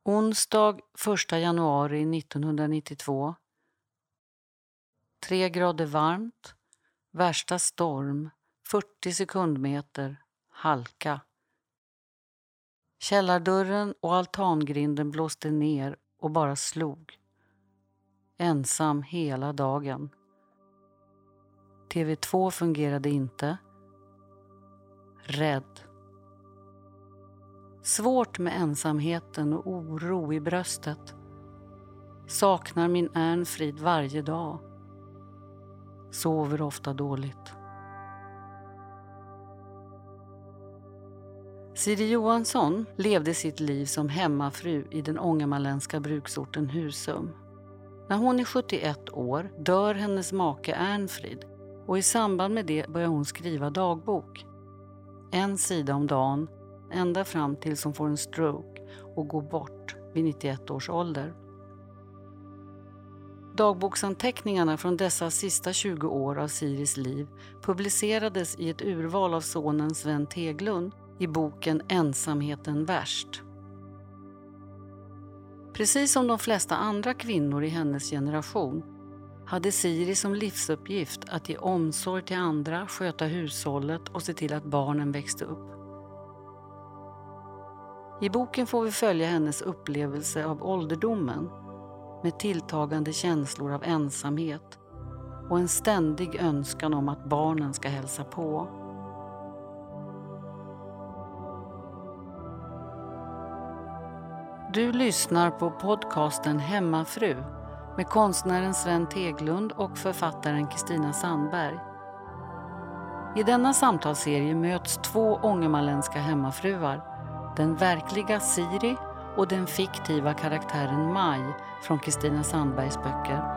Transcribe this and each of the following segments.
Onsdag 1 januari 1992. 3 grader varmt. Värsta storm. 40 sekundmeter. Halka. Källardörren och altangrinden blåste ner och bara slog. Ensam hela dagen. TV2 fungerade inte. Rädd. Svårt med ensamheten och oro i bröstet. Saknar min Ernfrid varje dag. Sover ofta dåligt. Siri Johansson levde sitt liv som hemmafru i den ångermanländska bruksorten Husum. När hon är 71 år dör hennes make Ernfrid och i samband med det börjar hon skriva dagbok. 1 sida om dagen, ända fram tills hon får en stroke och går bort vid 91 års ålder. Dagboksanteckningarna från dessa sista 20 år av Siris liv publicerades i ett urval av sonen Sven Teglund i boken Ensamheten värst. Precis som de flesta andra kvinnor i hennes generation hade Siri som livsuppgift att ge omsorg till andra, sköta hushållet och se till att barnen växte upp. I boken får vi följa hennes upplevelse av ålderdomen med tilltagande känslor av ensamhet och en ständig önskan om att barnen ska hälsa på. Du lyssnar på podcasten Hemmafru med konstnären Sven Teglund och författaren Kristina Sandberg. I denna samtalsserie möts 2 ångermanländska hemmafruar, den verkliga Siri och den fiktiva karaktären Maj från Kristina Sandbergs böcker.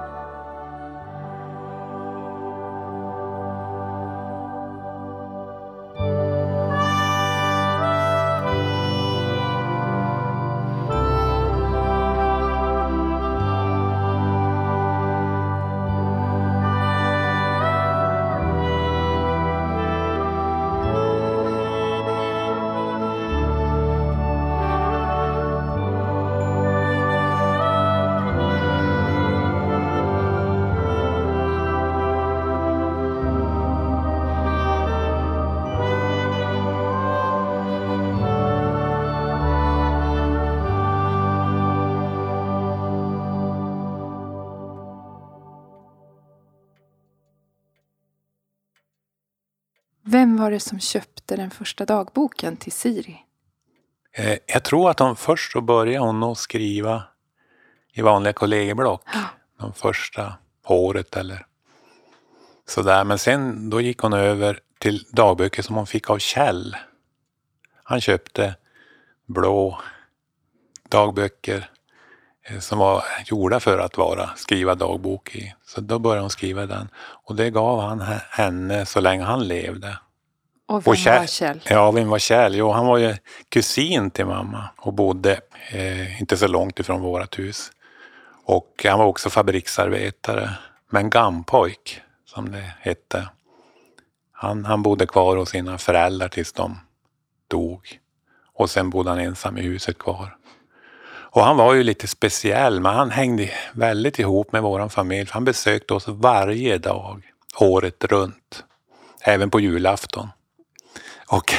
Vem var det som köpte den första dagboken till Siri? Jag tror att först så började hon att skriva i vanliga kollegieblock. De första året eller sådär. Men sen då gick hon över till dagböcker som hon fick av Kjell. Han köpte blå dagböcker som var gjorda för att skriva dagbok i. Så då började hon skriva den. Och det gav han henne så länge han levde. Och vem var Kjell? Ja, vem var Kjell? Jo, han var ju kusin till mamma och bodde inte så långt ifrån vårat hus. Och han var också fabriksarbetare, men gampojk som det hette. Han bodde kvar hos sina föräldrar tills de dog. Och sen bodde han ensam i huset kvar. Och han var ju lite speciell, men han hängde väldigt ihop med våran familj. Han besökte oss varje dag, året runt. Även på julafton. Och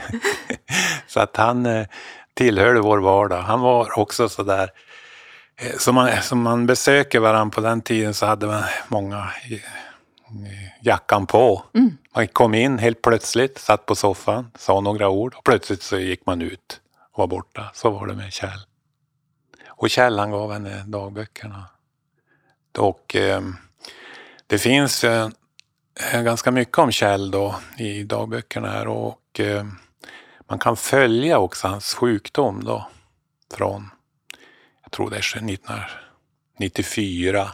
så att han tillhörde vår vardag. Han var också sådär, som man besöker varandra på den tiden så hade man många jackan på. Man kom in helt plötsligt, satt på soffan, sa några ord och plötsligt så gick man ut och var borta. Så var det med Kjell. Och Kjell han gav henne dagböckerna. Och det finns ganska mycket om Kjell då i dagböckerna här. Och man kan följa också hans sjukdom då. Från, jag tror det är 1994,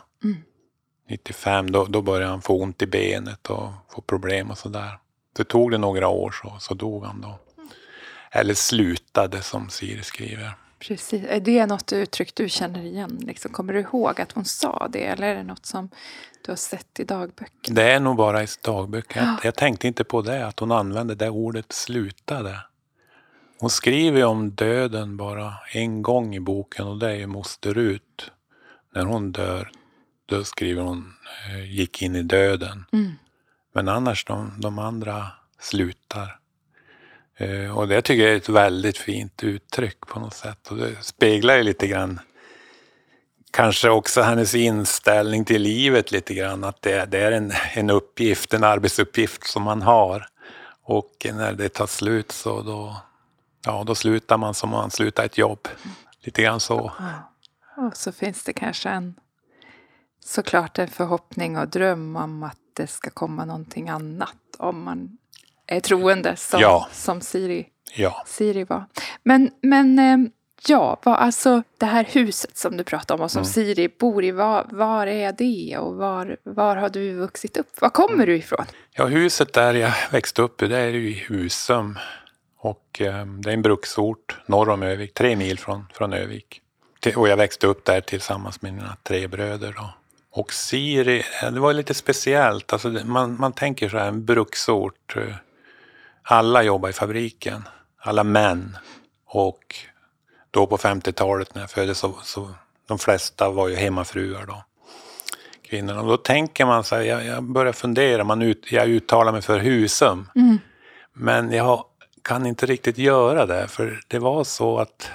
95. Då började han få ont i benet och få problem och sådär. Det tog det några år så dog han då. Eller slutade som Siri skriver. Precis. Är det något uttryck du känner igen? Liksom, kommer du ihåg att hon sa det? Eller är det något som du har sett i dagböcker? Det är nog bara i dagböcker. Jag tänkte inte på det, att hon använde det ordet slutade. Hon skriver ju om döden bara en gång i boken, och det är ju moster Rut. När hon dör, då skriver hon gick in i döden. Men annars de andra slutar. Och det tycker jag är ett väldigt fint uttryck på något sätt. Och det speglar ju lite grann kanske också hennes inställning till livet lite grann. Att det är en uppgift, en arbetsuppgift som man har. Och när det tar slut så då slutar man som man slutar ett jobb. Lite grann så. Och så finns det kanske såklart en förhoppning och dröm om att det ska komma någonting annat. Om man är troende som Siri var. Men alltså det här huset som du pratar om och som Siri bor i, var är det och var har du vuxit upp? Var kommer du ifrån? Ja, huset där jag växte upp i, det är ju i Husum. Och det är en bruksort norr om Övik, 3 mil från Övik. Och jag växte upp där tillsammans med mina 3 bröder då. Och Siri, det var lite speciellt. Alltså man tänker så här, en bruksort. Alla jobbar i fabriken. Alla män. Och då på 50-talet när jag föddes så de flesta var ju hemmafruar då. Kvinnorna. Och då tänker man så här, jag börjar fundera. Jag uttalar mig för Husum. Men jag kan inte riktigt göra det. För det var så att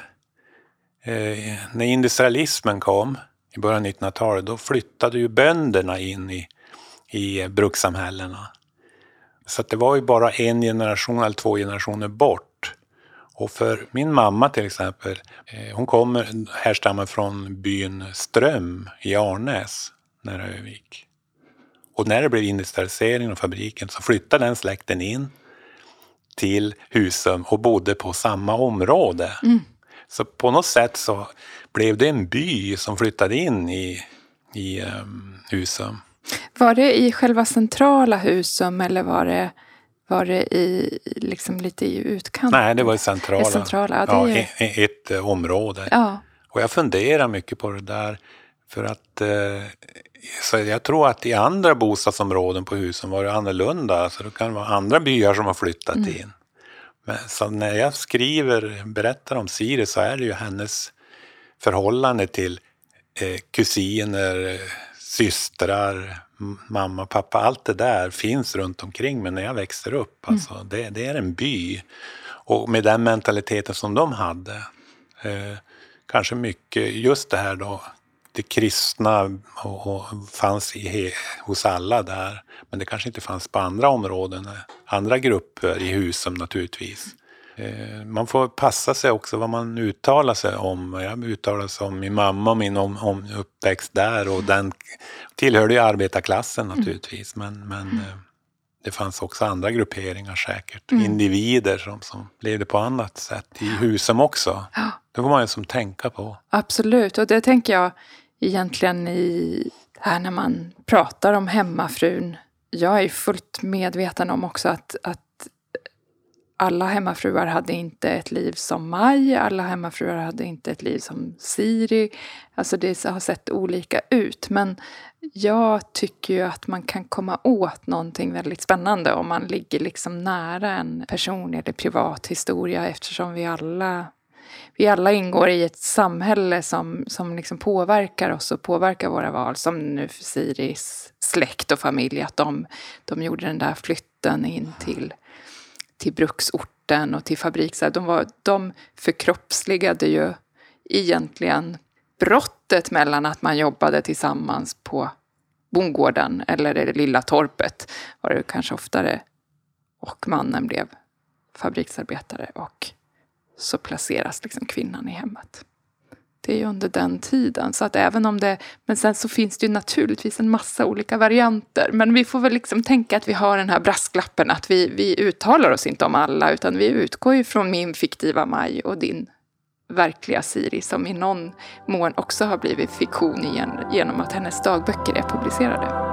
när industrialismen kom i början av 1900-talet, då flyttade ju bönderna in i brukssamhällena. Så att det var ju bara 1 generation eller 2 generationer bort. Och för min mamma till exempel, hon härstammar från byn Ström i Arnäs, nära Övik. Och när det blev industrialisering av fabriken så flyttade den släkten in till Husum och bodde på samma område. Så på något sätt så blev det en by som flyttade in i Husum. Var det i själva centrala Husum eller var det i liksom lite i utkanten? Nej, det var i centrala. Ja, ett område. Ja. Och jag funderar mycket på det där. För att så jag tror att i andra bostadsområden på Husum var det annorlunda. Så det kan vara andra byar som har flyttat in. Men så när jag berättar om Siri, så är det ju hennes förhållande till kusiner, systrar, mamma, pappa. Allt det där finns runt omkring mig när jag växer upp. Alltså, det är en by. Och med den mentaliteten som de hade. Kanske mycket just det här då. Det kristna och fanns hos alla där. Men det kanske inte fanns på andra områden. Andra grupper i Husum naturligtvis. Man får passa sig också vad man uttalar sig om. Jag uttalar sig om min mamma och min om uppväxt där. Och den tillhörde ju arbetarklassen naturligtvis. Men det fanns också andra grupperingar säkert. Individer som levde på annat sätt i Husum också. Ja. Det var man ju som tänka på. Absolut, och det tänker jag egentligen här när man pratar om hemmafrun. Jag är fullt medveten om också att alla hemmafruar hade inte ett liv som Maj. Alla hemmafruar hade inte ett liv som Siri. Alltså det har sett olika ut. Men jag tycker ju att man kan komma åt någonting väldigt spännande om man ligger liksom nära en personlig eller privat historia. Eftersom vi alla ingår i ett samhälle som liksom påverkar oss och påverkar våra val. Som nu för Siris släkt och familj. Att de gjorde den där flytten in till bruksorten och till fabriksar. De förkroppsligade ju egentligen brottet mellan att man jobbade tillsammans på bondgården eller det lilla torpet var det kanske oftare, och mannen blev fabriksarbetare och så placeras liksom kvinnan i hemmet. Det är ju under den tiden. Så att även om men sen så finns det ju naturligtvis en massa olika varianter. Men vi får väl liksom tänka att vi har den här brasklappen. Att vi uttalar oss inte om alla. Utan vi utgår ju från min fiktiva Maj och din verkliga Siri. Som i någon mån också har blivit fiktion genom att hennes dagböcker är publicerade.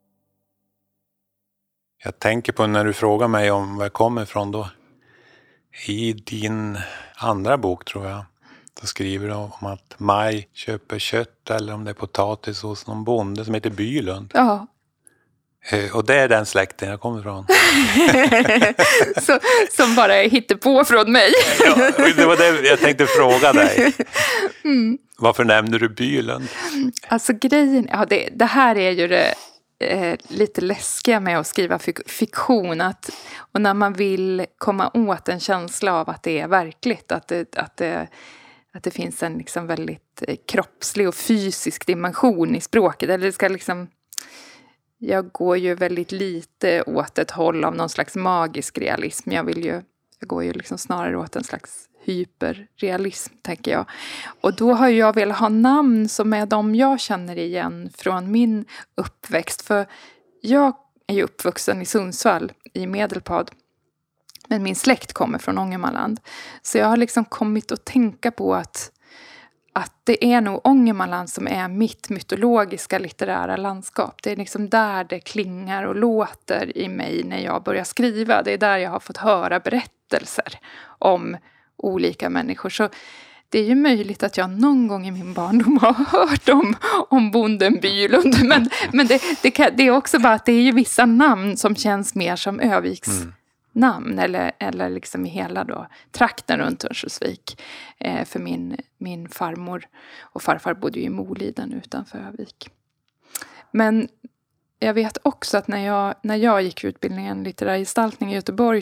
Jag tänker på när du frågar mig om var jag kommer ifrån då. I din andra bok tror jag, så skriver du om att Maj köper kött eller om det är potatis hos någon bonde som heter Bylund. Ja. Och det är den släkten jag kommer ifrån. Som bara hittar på från mig. Ja, det var det jag tänkte fråga dig. Varför nämner du Bylund? Alltså grejen, det här är ju det lite läskiga med att skriva fiktion. Och när man vill komma åt en känsla av att det är verkligt. Att det finns en liksom väldigt kroppslig och fysisk dimension i språket. Eller det ska liksom... Jag går ju väldigt lite åt ett håll av någon slags magisk realism. Jag går ju liksom snarare åt en slags hyperrealism, tänker jag. Och då har jag velat ha namn som är de jag känner igen från min uppväxt. För jag är ju uppvuxen i Sundsvall, i Medelpad. Men min släkt kommer från Ångermanland. Så jag har liksom kommit att tänka på att det är nog Ångermanland som är mitt mytologiska litterära landskap. Det är liksom där det klingar och låter i mig när jag börjar skriva. Det är där jag har fått höra berättelser om olika människor. Så det är ju möjligt att jag någon gång i min barndom har hört om bonden Bylund. Men det är också bara att det är ju vissa namn som känns mer som Öviks namn. Eller liksom i hela då trakten runt Örnsköldsvik. För min farmor och farfar bodde ju i Moliden utanför Övik. Men jag vet också att när jag gick utbildningen litterär gestaltning i Göteborg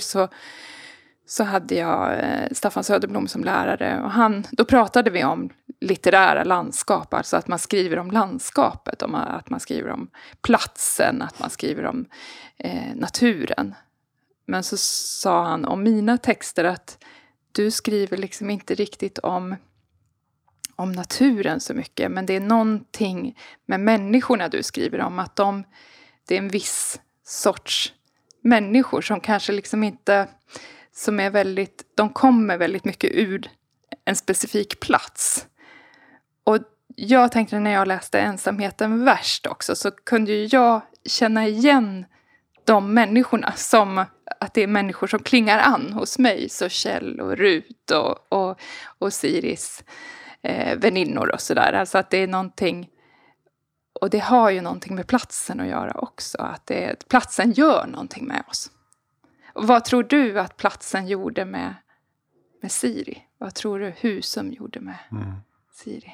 så hade jag Staffan Söderblom som lärare. Och då pratade vi om litterära landskap. Alltså att man skriver om landskapet. Att man skriver om platsen. Att man skriver om naturen. Men så sa han om mina texter att du skriver liksom inte riktigt om naturen så mycket. Men det är någonting med människorna du skriver om. Att det är en viss sorts människor som kanske liksom inte... Som är de kommer väldigt mycket ur en specifik plats. Och jag tänkte när jag läste Ensamheten värst också. Så kunde ju jag känna igen de människorna som att det är människor som klingar an hos mig. Så Kjell och Rut och Siris väninnor och sådär. Alltså att det är någonting... Och det har ju någonting med platsen att göra också. Att platsen gör någonting med oss. Och vad tror du att platsen gjorde med Siri? Vad tror du Husum gjorde med Siri?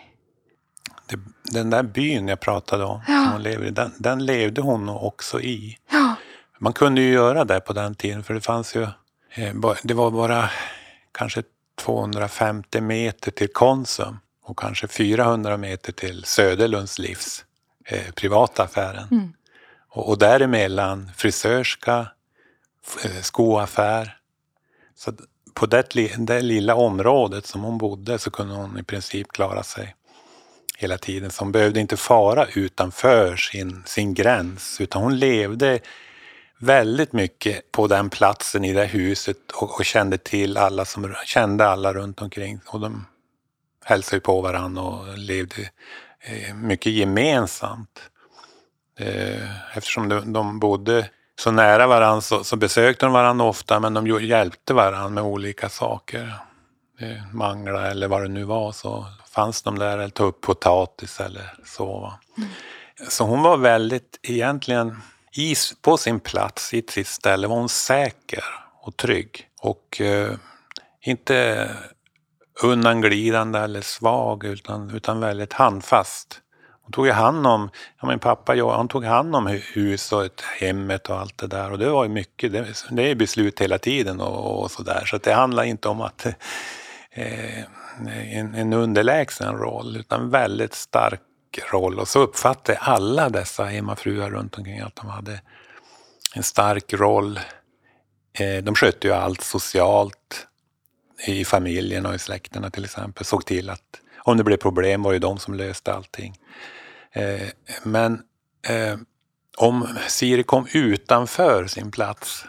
Den där byn jag pratade om, som hon lever i, den levde hon också i. Ja. Man kunde ju göra det på den tiden, för det fanns ju... Det var bara kanske 250 meter till Konsum och kanske 400 meter till Söderlunds livs privata affären. Och däremellan frisörska, skoaffär. Så på det lilla området som hon bodde så kunde hon i princip klara sig hela tiden. Så hon behövde inte fara utanför sin gräns, utan hon levde väldigt mycket på den platsen i det huset och kände till alla kände alla runt omkring. Och de hälsade ju på varandra och levde mycket gemensamt. Eftersom de bodde så nära varandra så besökte de varandra ofta, men de hjälpte varandra med olika saker. Mangla eller vad det nu var, så fanns de där eller tog upp potatis eller så. Så hon var väldigt egentligen på sin plats, i sitt ställe var hon säker och trygg. Och inte undanglidande eller svag utan väldigt handfast. Hon tog hand om, min pappa han tog hand om hus och hemmet och allt det där. Och det var ju mycket, det är beslut hela tiden och sådär. Så att det handlar inte om att en underlägsen roll, utan väldigt stark roll. Och så uppfattade alla dessa hemmafruar runt omkring att de hade en stark roll. De skötte ju allt socialt i familjen och i släkterna till exempel. Såg till att om det blev problem var ju de som löste allting. Men om Siri kom utanför sin plats,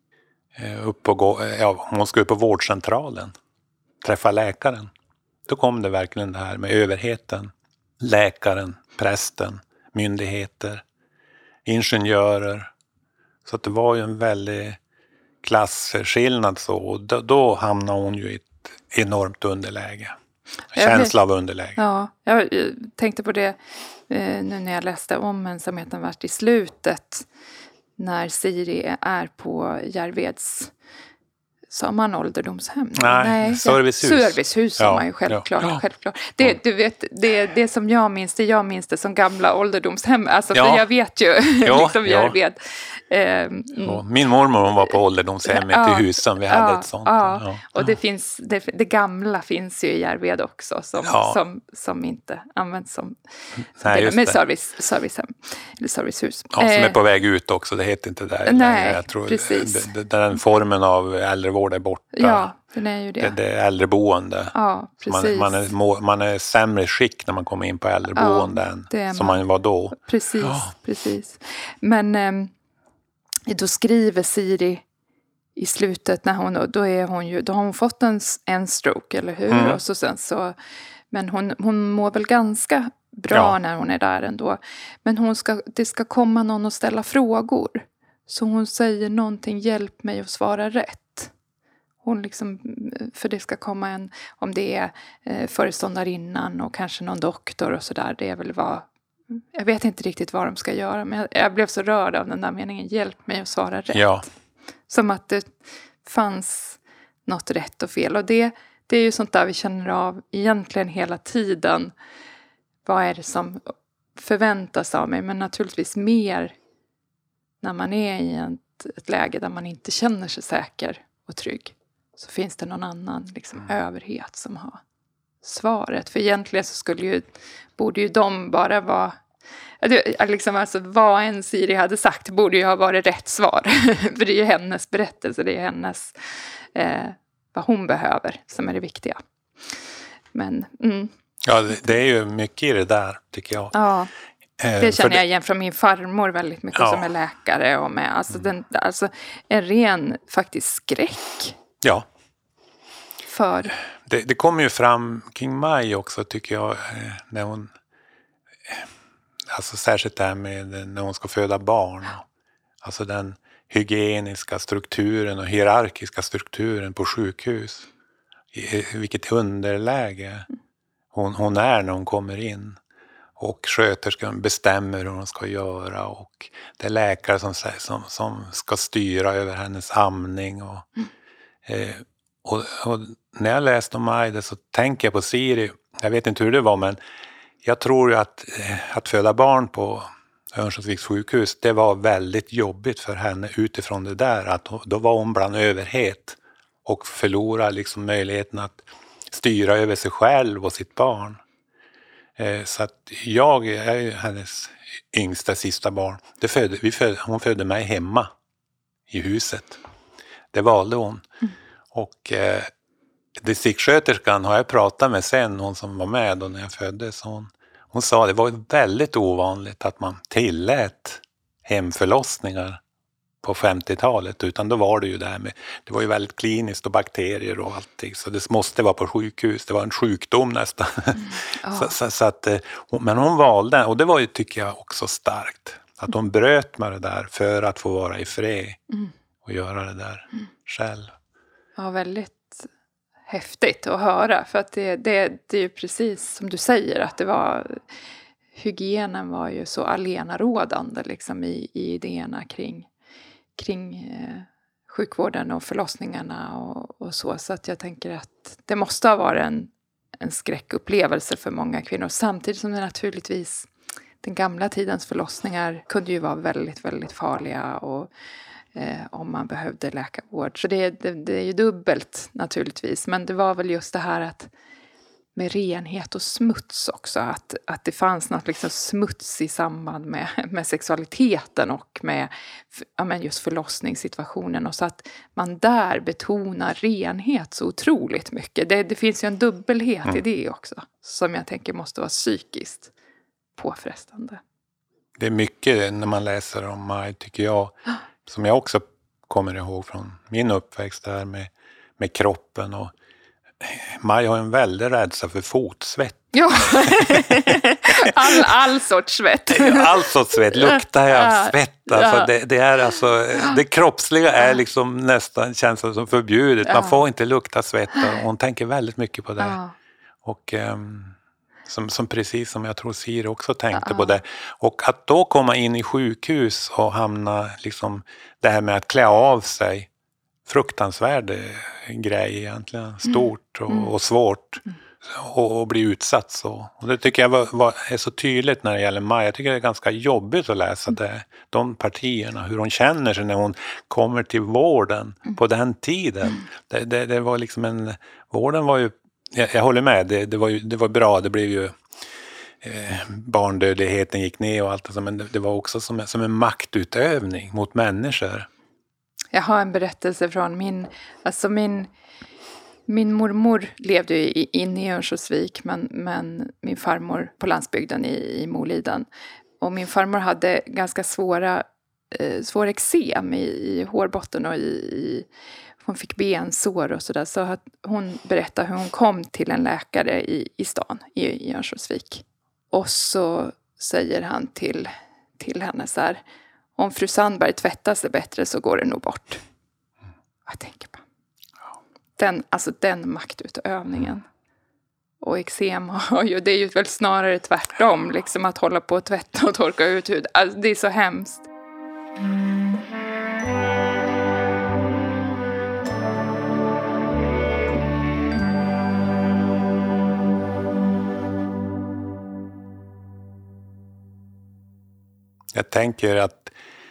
om hon skulle upp på vårdcentralen, träffa läkaren, då kom det verkligen det här med överheten. Läkaren, prästen, myndigheter, ingenjörer. Så att det var ju en väldigt klasskillnad så. Och då hamnar hon ju i ett enormt underläge. Känsla av underläge. Ja, jag tänkte på det nu när jag läste om ensamheten vart i slutet. När Siri är på Järveds, sa man ålderdomshem? Nej, servicehus. Servicehus sa man ju självklart. Ja. Självklart. Du vet, det som jag minns det som gamla ålderdomshem. Alltså, för jag vet ju liksom Järved. Min mormor hon var på ålderdomshemmet i Husum. Vi hade ett sånt. Ja. Och det gamla finns ju i Järved också som inte används som med servicehem eller servicehus. Ja, som är på väg ut också. Det heter inte där. Nej, jag tror precis. Den formen av äldrevård är borta. Ja, den är ju det. Det är äldreboende. Ja, precis. Man är sämre skick när man kommer in på äldreboenden som man var då. Precis. Men då skriver Siri i slutet när då har hon fått en stroke, eller hur? Och så men hon mår väl ganska bra när hon är där ändå. Men det ska komma någon och ställa frågor. Så hon säger någonting, hjälp mig att svara rätt. Hon liksom, för det ska komma om det är föreståndarinnan och kanske någon doktor och sådär. Det är väl jag vet inte riktigt vad de ska göra. Men jag blev så rörd av den där meningen, hjälp mig att svara rätt. Ja. Som att det fanns något rätt och fel. Och det är ju sånt där vi känner av egentligen hela tiden. Vad är det som förväntas av mig? Men naturligtvis mer när man är i ett läge där man inte känner sig säker och trygg. Så finns det någon annan överhet som har svaret. För egentligen så borde ju de bara vara... alltså, vad en Siri hade sagt borde ju ha varit rätt svar. För det är ju hennes berättelse, det är hennes... vad hon behöver som är det viktiga. Men... Ja, det är ju mycket i det där, tycker jag. Ja, det känner jag igen från min farmor väldigt mycket som är läkare. Och med, alltså en ren faktiskt skräck. Ja. För... Det kommer ju fram kring Maj också, tycker jag, när hon... Alltså särskilt det här med när hon ska föda barn. Alltså den hygieniska strukturen och hierarkiska strukturen på sjukhus. Vilket underläge hon är när hon kommer in. Och sköterskan bestämmer hur hon ska göra. Och det är läkare som ska styra över hennes amning. Och när jag läste om Majde så tänker jag på Siri. Jag vet inte hur det var, men jag tror ju att föda barn på Örnsköldsviks sjukhus, det var väldigt jobbigt för henne utifrån det där. Att då var hon bland överhet och förlorade möjligheten att styra över sig själv och sitt barn. Så att jag är ju hennes yngsta sista barn. Hon födde mig hemma i huset. Det valde hon. Och distriktssköterskan har jag pratat med sen, hon som var med då när jag föddes. Hon sa att det var väldigt ovanligt att man tillät hemförlossningar på 50-talet. Utan då var det ju det var ju väldigt kliniskt och bakterier och allting. Så det måste vara på sjukhus. Det var en sjukdom nästan. Men hon valde, och det var ju, tycker jag, också starkt. Att hon bröt med det där för att få vara i fred och göra det där själv. Ja, väldigt häftigt att höra. För att det är ju precis som du säger, att hygienen var ju så allenarådande i idéerna kring sjukvården och förlossningarna och så. Så att jag tänker att det måste ha varit en skräckupplevelse för många kvinnor. Samtidigt som det naturligtvis, den gamla tidens förlossningar kunde ju vara väldigt, väldigt farliga och om man behövde läkarvård. Så det är ju dubbelt naturligtvis. Men det var väl just det här att med renhet och smuts också. Att det fanns något smuts i samband med sexualiteten och med just förlossningssituationen. Och så att man där betonar renhet så otroligt mycket. Det finns ju en dubbelhet i det också. Som jag tänker måste vara psykiskt påfrestande. Det är mycket när man läser om Maj, tycker jag. Som jag också kommer ihåg från min uppväxt där med kroppen och Maj har en väldig rädsla för fotsvett. Ja, all sorts svett. All sorts svett, luktar jag svett. Alltså, det är alltså, det kroppsliga är liksom nästan känns som förbjudet. Man får inte lukta svett och hon tänker väldigt mycket på det. Och som precis som jag tror Siri också tänkte på det. Och att då komma in i sjukhus och hamna liksom det här med att klä av sig. Fruktansvärd grej egentligen. Stort och svårt. Och bli utsatt så. Och det tycker jag är så tydligt när det gäller Maj. Jag tycker det är ganska jobbigt att läsa det. De partierna, hur hon känner sig när hon kommer till vården på den tiden. Det var liksom vården var ju, jag håller med, det var bra, det blev ju barndödligheten gick ner och allt det, men det var också som en maktutövning mot människor. Jag har en berättelse från min mormor levde ju inne i Örnsköldsvik, men min farmor på landsbygden i Moliden. Och min farmor hade ganska svår eksem i hårbotten och hon fick bensår och sådär. Så att hon berättade hur hon kom till en läkare i stan i Örnsköldsvik. Och så säger han till henne så här: om fru Sandberg tvättar sig bättre så går det nog bort. Jag tänker på den maktutövningen. Och eksem det är ju väl snarare tvärtom. Liksom att hålla på att tvätta och torka ut hud. Alltså, det är så hemskt. Jag tänker att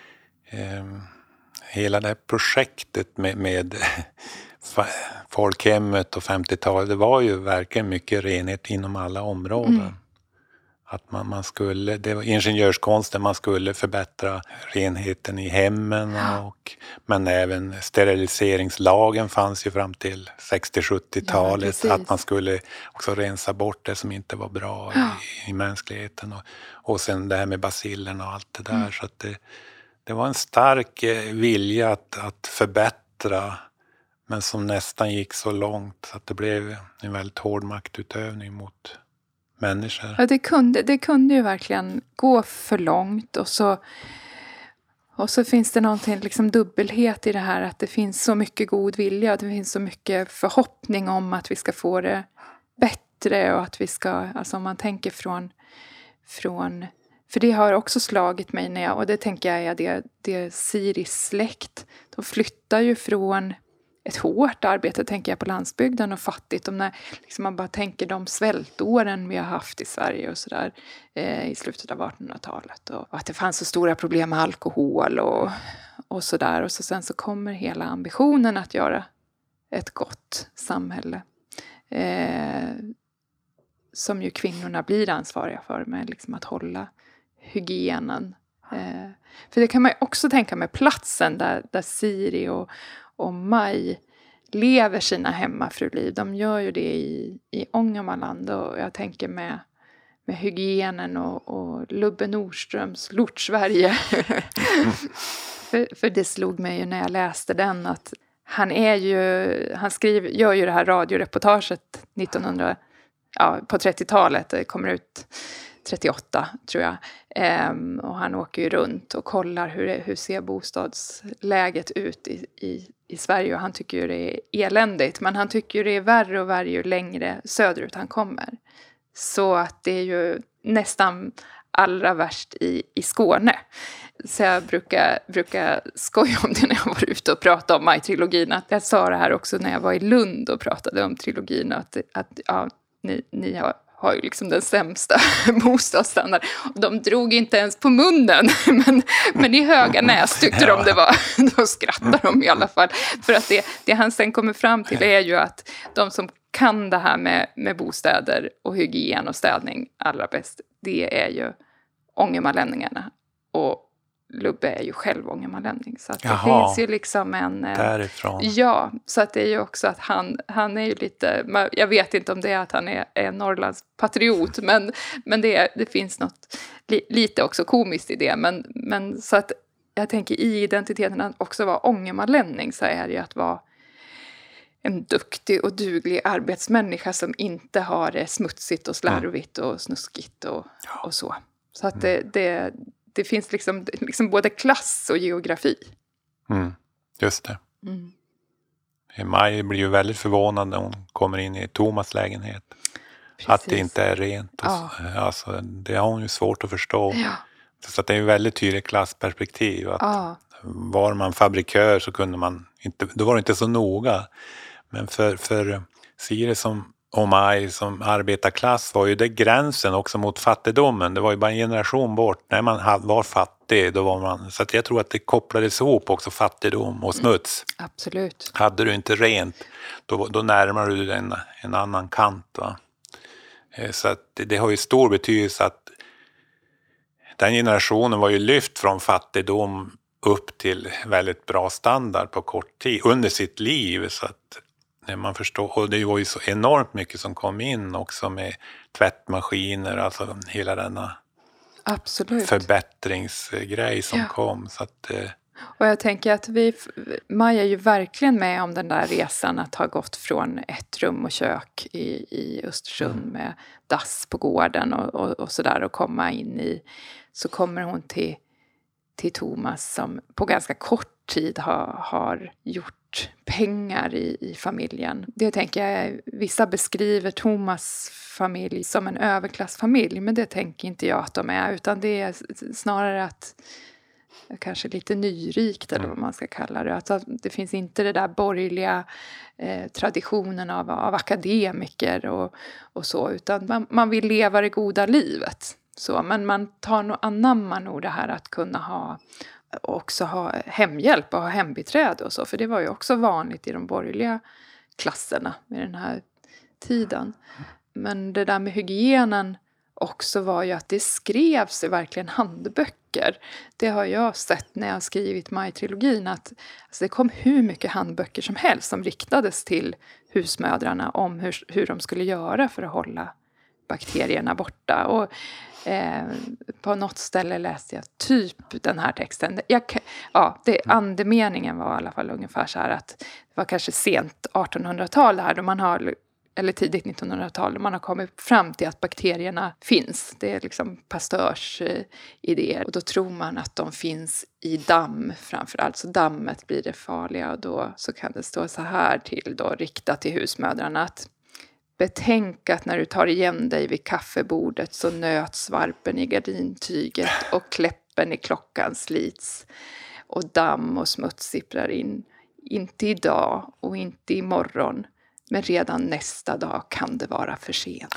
hela det här projektet med folkhemmet och 50-talet, det var ju verkligen mycket renhet inom alla områden. Att man skulle, det var ingenjörskonsten, man skulle förbättra renheten i hemmen men även steriliseringslagen fanns ju fram till 60-70-talet, att man skulle också rensa bort det som inte var bra i mänskligheten och sen det här med bacillerna och allt det där, så att det var en stark vilja att förbättra, men som nästan gick så långt att det blev en väldigt hård maktutövning mot människor. Ja, det kunde ju verkligen gå för långt, och så finns det någonting liksom dubbelhet i det här, att det finns så mycket god vilja, att det finns så mycket förhoppning om att vi ska få det bättre, och att vi ska, alltså om man tänker från för det har också slagit mig och det tänker jag är det Siris släkt, de flyttar ju från ett hårt arbete, tänker jag, på landsbygden och fattigt. När liksom man bara tänker de svältåren vi har haft i Sverige och sådär i slutet av 1800-talet. Och att det fanns så stora problem med alkohol och sådär. Och sen så kommer hela ambitionen att göra ett gott samhälle. Som ju kvinnorna blir ansvariga för, med liksom att hålla hygienen. För det kan man också tänka med platsen där Siri och Maj lever sina hemmafruliv. De gör ju det i Ångermanland, och jag tänker med hygienen och Lubbe Nordströms Lort-Sverige. för det slog mig ju när jag läste den att han gör ju det här radioreportaget på 30-talet. Det kommer ut 38 tror jag. Och han åker ju runt och kollar hur ser bostadsläget ut i Sverige. Och han tycker ju det är eländigt. Men han tycker ju det är värre och värre ju längre söderut han kommer. Så att det är ju nästan allra värst i Skåne. Så jag brukar skoja om det när jag var ute och pratade om Maj-trilogin. Att jag sa det här också när jag var i Lund och pratade om trilogin. Att ni har ju liksom den sämsta bostadsstandard. De drog inte ens på munnen. Men i Höganäs tyckte de det var. Då skrattar de i alla fall. För att det han sen kommer fram till är ju att de som kan det här med bostäder och hygien och städning allra bäst, det är ju ångermanlänningarna. Och Lubbe är ju själv ångermanlänning. Så att det finns ju liksom en... Därifrån. Ja, så att det är ju också att han är ju lite... Jag vet inte om det är att han är Norrlands patriot. Men det finns något lite också komiskt i det. Men så att jag tänker i identiteten att också vara ångermanlänning, så är det ju att vara en duktig och duglig arbetsmänniska som inte har det smutsigt och slarvigt och snuskigt och så. Så att det finns liksom både klass och geografi. Just det. Maj blir ju väldigt förvånad när hon kommer in i Thomas lägenhet. Precis. Att det inte är rent. Alltså, det har hon ju svårt att förstå. Ja. Så att det är ju väldigt tydligt klassperspektiv. Att var man fabrikör så kunde man inte, då var det inte så noga. Men för Siri och Maj som arbetarklass var ju det gränsen också mot fattigdomen. Det var ju bara en generation bort. När man var fattig, då var man... Så att jag tror att det kopplades ihop också, fattigdom och smuts. Absolut. Hade du inte rent, då närmar du dig en annan kant. Va? Så att det har ju stor betydelse att den generationen var ju lyft från fattigdom upp till väldigt bra standard på kort tid under sitt liv. Så att man förstår, och det var ju så enormt mycket som kom in också med tvättmaskiner, alltså hela denna förbättringsgrej som kom. Så att, och jag tänker att Maja är ju verkligen med om den där resan att ha gått från ett rum och kök i Östersund med dass på gården och sådär och komma in i, så kommer hon till Thomas som på ganska kort tid har gjort pengar i familjen. Det tänker jag, vissa beskriver Thomas familj som en överklassfamilj, men det tänker inte jag att de är, utan det är snarare att kanske lite nyrikt eller vad man ska kalla det. Alltså, det finns inte det där borgerliga traditionen av akademiker och så, utan man vill leva det goda livet. Så, men man anammar nog det här att kunna också ha hemhjälp och ha hembiträde och så. För det var ju också vanligt i de borgerliga klasserna med den här tiden. Men det där med hygienen också var ju att det skrevs verkligen handböcker. Det har jag sett när jag har skrivit Maj-trilogin, att alltså, det kom hur mycket handböcker som helst som riktades till husmödrarna om hur de skulle göra för att hålla bakterierna borta. Och på något ställe läste jag typ den här texten. Andemeningen var i alla fall ungefär så här att det var kanske sent 1800-tal här då man har, eller tidigt 1900-tal, då man har kommit fram till att bakterierna finns. Det är liksom Pasteurs idéer. Och då tror man att de finns i damm framförallt. Så dammet blir det farliga, och då så kan det stå så här till då, riktat till husmödrarna, att betänk att när du tar igen dig vid kaffebordet så nöts varpen i gardintyget och kläppen i klockan slits och damm och smuts sipprar in. Inte idag och inte imorgon, men redan nästa dag kan det vara för sent.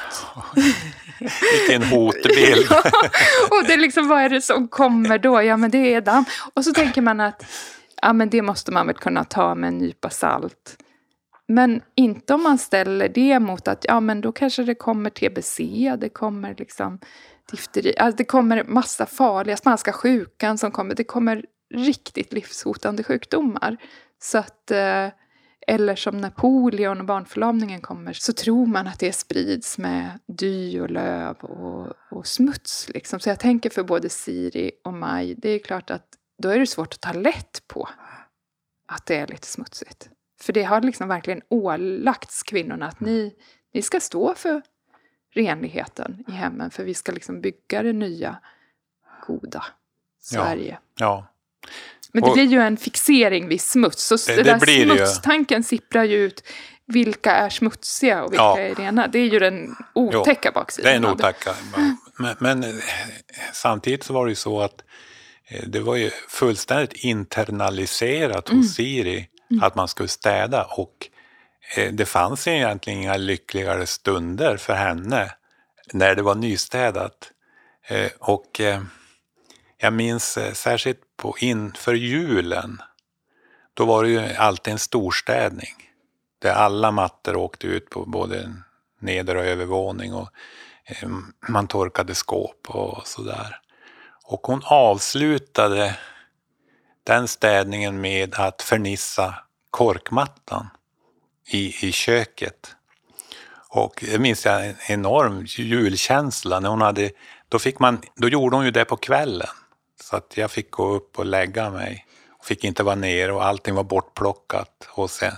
Vilken hotbild. Och det är liksom, vad är det som kommer då? Ja, men det är damm. Och så tänker man att men det måste man väl kunna ta med en nypa salt. Men inte om man ställer det mot att men då kanske det kommer TBC, det kommer liksom difteri, alltså det kommer massa farliga, spanska sjukan som kommer, det kommer riktigt livshotande sjukdomar. Så att, eller som Napoleon och barnförlamningen kommer, så tror man att det sprids med dy och löv och smuts liksom. Så jag tänker för både Siri och Maj, det är klart att då är det svårt att ta lätt på att det är lite smutsigt. För det har liksom verkligen ålagts kvinnorna att ni ska stå för renligheten i hemmen. För vi ska liksom bygga det nya, goda Sverige. Ja. Men det blir ju en fixering vid smuts. Så det där smutstanken sipprar ju ut. Vilka är smutsiga och vilka är rena? Det är ju den otäcka baksidan. Det är en otäcka. Men samtidigt så var det ju så att det var ju fullständigt internaliserat hos Siri. Att man skulle städa, och det fanns egentligen inga lyckligare stunder för henne när det var nystädat. Och jag minns särskilt inför julen, då var det ju alltid en storstädning där alla mattor åkte ut på både neder- och övervåning, och man torkade skåp och sådär. Och hon avslutade den städningen med att förnissa korkmattan i köket. Och det minns jag en enorm julkänsla när hon hade, då gjorde hon ju det på kvällen. Så att jag fick gå upp och lägga mig. Och fick inte vara nere och allting var bortplockat. Och sen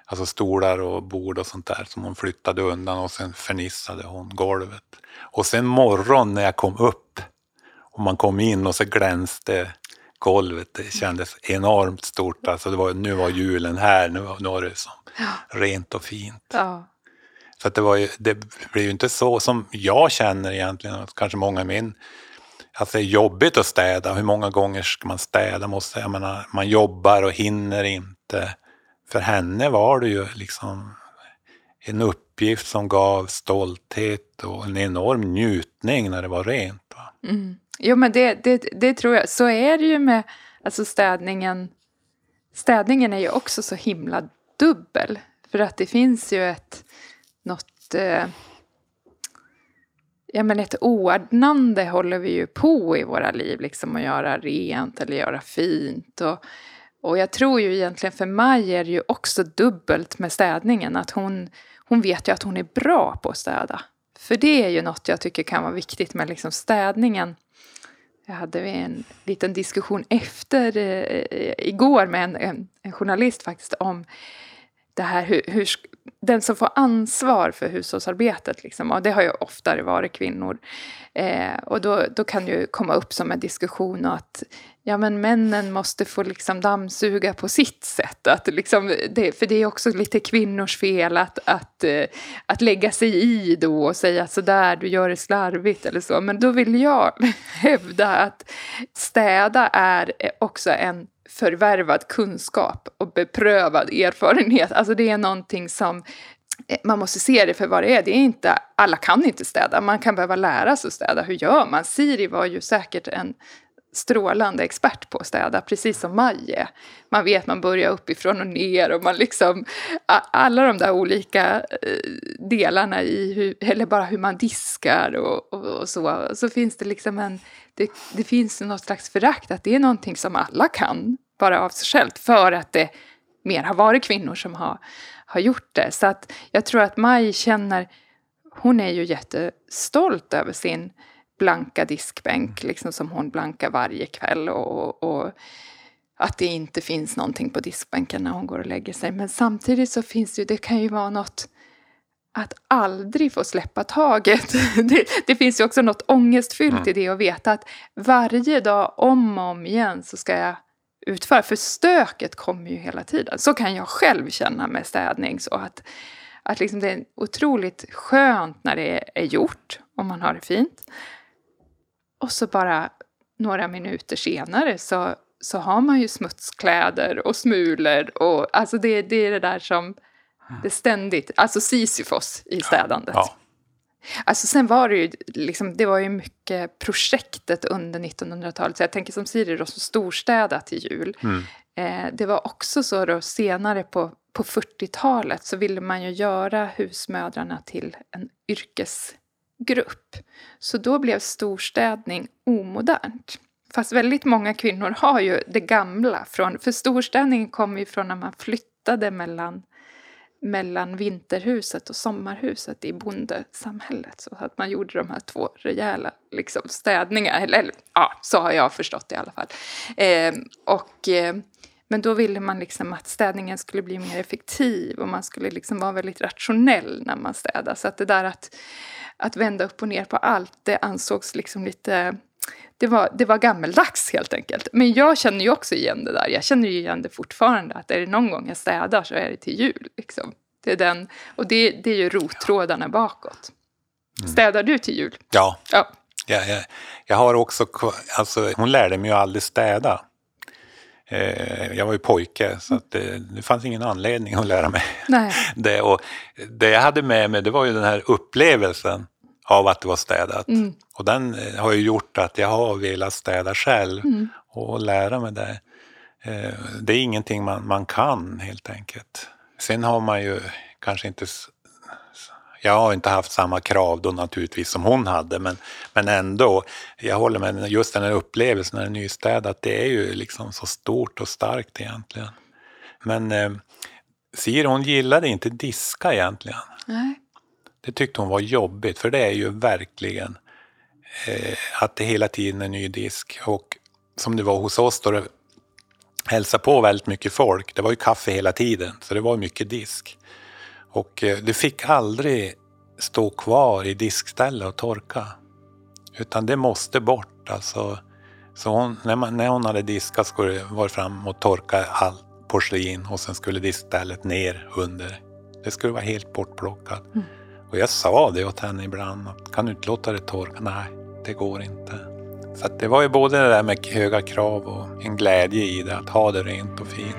alltså stolar och bord och sånt där som hon flyttade undan och sen förnissade hon golvet. Och sen morgon när jag kom upp och man kom in och så glänste golvet, det kändes enormt stort. Alltså nu var julen här, nu var det som rent och fint. Ja. Så att det blir ju inte så som jag känner egentligen, kanske många min. Alltså det är jobbigt att städa. Hur många gånger ska man städa? Jag menar, man jobbar och hinner inte. För henne var det ju liksom en uppgift som gav stolthet och en enorm njutning när det var rent. Va? Mm. Jo, men det tror jag. Så är det ju med alltså städningen. Städningen är ju också så himla dubbel. För att det finns ju ett ordnande håller vi ju på i våra liv. Liksom att göra rent eller göra fint. Och jag tror ju egentligen för Maj är det ju också dubbelt med städningen. Att hon vet ju att hon är bra på att städa. För det är ju något jag tycker kan vara viktigt med liksom städningen. Jag hade en liten diskussion efter igår med en journalist faktiskt om det här hur den som får ansvar för hushållsarbetet liksom, och det har ju oftare varit kvinnor. Och då kan ju komma upp som en diskussion att men männen måste få liksom dammsuga på sitt sätt. Att liksom, för det är också lite kvinnors fel att lägga sig i då och säga sådär, du gör det slarvigt eller så. Men då vill jag hävda att städa är också en förvärvad kunskap och beprövad erfarenhet. Alltså det är någonting som man måste se det för vad det är. Det är inte, alla kan inte städa. Man kan behöva lära sig att städa. Hur gör man? Siri var ju säkert en strålande expert på att städa, precis som Maje. Man vet, man börjar uppifrån och ner och man liksom, alla de där olika delarna eller bara hur man diskar och så finns det liksom det finns något slags förakt att det är någonting som alla kan bara av sig själv, för att det mer har varit kvinnor som har gjort det. Så att jag tror att Maj hon är ju jättestolt över sin blanka diskbänk liksom, som hon blankar varje kväll och att det inte finns någonting på diskbänken när hon går och lägger sig. Men samtidigt så finns det kan ju vara något att aldrig få släppa taget. Det finns ju också något ångestfyllt i det, att veta att varje dag om och om igen så ska jag utföra, för stöket kommer ju hela tiden. Så kan jag själv känna med städning, så att liksom det är otroligt skönt när det är gjort, om man har det fint. Och så bara några minuter senare så har man ju smutskläder och smulor. Och alltså det är det där som det ständigt, alltså Sisyfos i städandet. Ja. Alltså sen var det ju liksom, det var ju mycket projektet under 1900-talet. Så jag tänker som Siri då, så storstäda till jul. Det var också så då senare på 40-talet så ville man ju göra husmödrarna till en yrkesgrupp. Så då blev storstädning omodernt. Fast väldigt många kvinnor har ju det gamla. För storstädningen kom ju från när man flyttade mellan vinterhuset och sommarhuset i bondesamhället. Så att man gjorde de här två rejäla liksom, städningar. Eller så har jag förstått det i alla fall. Men då ville man liksom att städningen skulle bli mer effektiv. Och man skulle liksom vara väldigt rationell när man städar. Så att det där att vända upp och ner på allt, det ansågs liksom lite... Det var gammeldags helt enkelt. Men jag känner ju också igen det där. Jag känner ju igen det fortfarande. Att är det någon gång jag städar så är det till jul. Liksom. Det är den, och det är ju rottrådarna bakåt. Städar du till jul? Ja. Jag har också... Alltså, hon lärde mig ju aldrig städa. Jag var ju pojke så att det fanns ingen anledning att lära mig det. Och det jag hade med mig, det var ju den här upplevelsen av att det var städat. Och den har ju gjort att jag har velat städa själv och lära mig det. Det är ingenting man kan helt enkelt. Sen har man ju kanske inte... Jag har inte haft samma krav då naturligtvis som hon hade. Men ändå, jag håller med just den här upplevelsen när det är nystädat. Det är ju liksom så stort och starkt egentligen. Men Siri, hon gillade inte diska egentligen. Nej. Det tyckte hon var jobbigt, för det är ju verkligen att det hela tiden är ny disk. Och som det var hos oss då, hälsa på väldigt mycket folk. Det var ju kaffe hela tiden, så det var mycket disk. Och det fick aldrig stå kvar i diskställe och torka. Utan det måste bort. Alltså, så när hon hade diskat skulle det vara fram och torka allt porslin. Och sen skulle diskstället ner under. Det skulle vara helt bortplockat. Och jag sa det åt henne ibland. Att, kan du inte låta det torka? Nej, det går inte. Så att det var ju både det där med höga krav och en glädje i det. Att ha det rent och fint.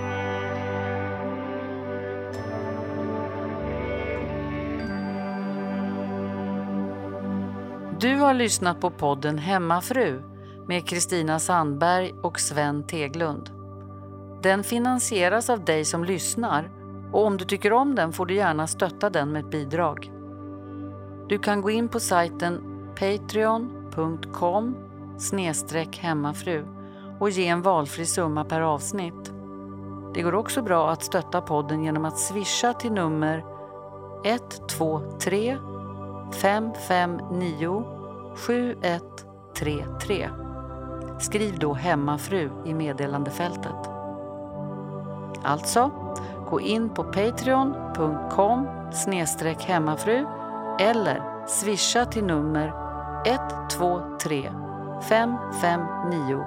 Du har lyssnat på podden Hemmafru med Kristina Sandberg och Sven Teglund. Den finansieras av dig som lyssnar och om du tycker om den får du gärna stötta den med ett bidrag. Du kan gå in på sajten patreon.com/hemmafru och ge en valfri summa per avsnitt. Det går också bra att stötta podden genom att swisha till nummer 123 559 7133. Skriv då Hemmafru i meddelandefältet. Alltså, gå in på patreon.com/hemmafru eller swisha till nummer 123 559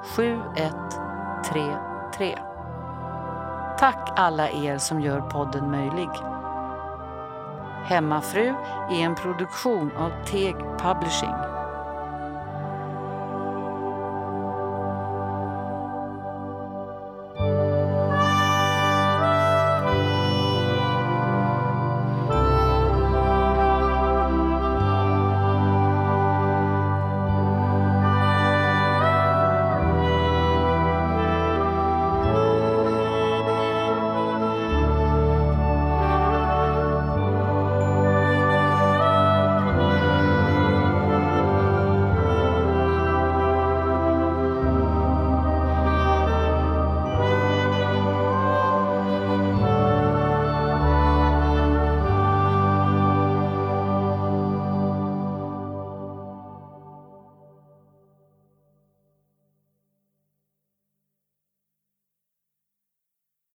7133. Tack alla er som gör podden möjlig. Hemmafru är en produktion av Teg Publishing.